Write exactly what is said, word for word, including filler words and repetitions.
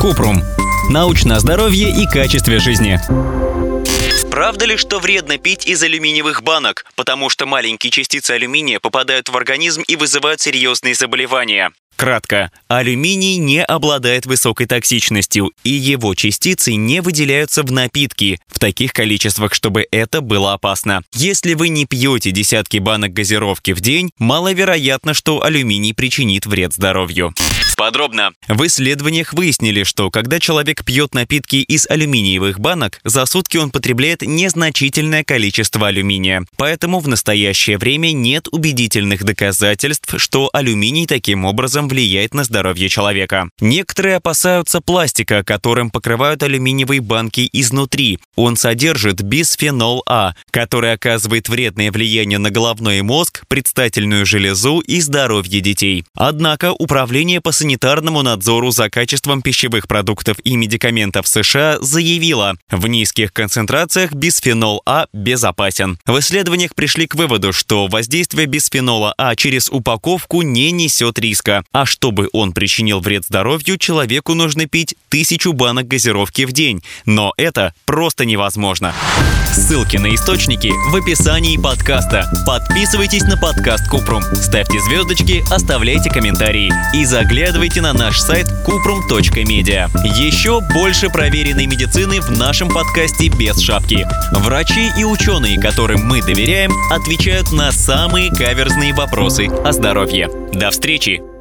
Купрум. Научное здоровье и качестве жизни. Правда ли, что вредно пить из алюминиевых банок, потому что маленькие частицы алюминия попадают в организм и вызывают серьезные заболевания? Кратко. Алюминий не обладает высокой токсичностью, и его частицы не выделяются в напитки в таких количествах, чтобы это было опасно. Если вы не пьете десятки банок газировки в день, маловероятно, что алюминий причинит вред здоровью. Подробно. В исследованиях выяснили, что когда человек пьет напитки из алюминиевых банок, за сутки он потребляет незначительное количество алюминия. Поэтому в настоящее время нет убедительных доказательств, что алюминий таким образом влияет на здоровье человека. Некоторые опасаются пластика, которым покрывают алюминиевые банки изнутри. Он содержит бисфенол А, который оказывает вредное влияние на головной мозг, предстательную железу и здоровье детей. Однако Управление по санитарному надзору за качеством пищевых продуктов и медикаментов США заявило, в низких концентрациях бисфенол А безопасен. В исследованиях пришли к выводу, что воздействие бисфенола А через упаковку не несет риска, а чтобы он причинил вред здоровью, человеку нужно пить тысячу банок газировки в день. Но это просто невозможно. Ссылки на источники в описании подкаста. Подписывайтесь на подкаст Купрум, ставьте звездочки, оставляйте комментарии и заглядывайте на наш сайт купрум точка медиа. Еще больше проверенной медицины в нашем подкасте без шапки. Врачи и ученые, которым мы доверяем, отвечают на самые каверзные вопросы о здоровье. До встречи!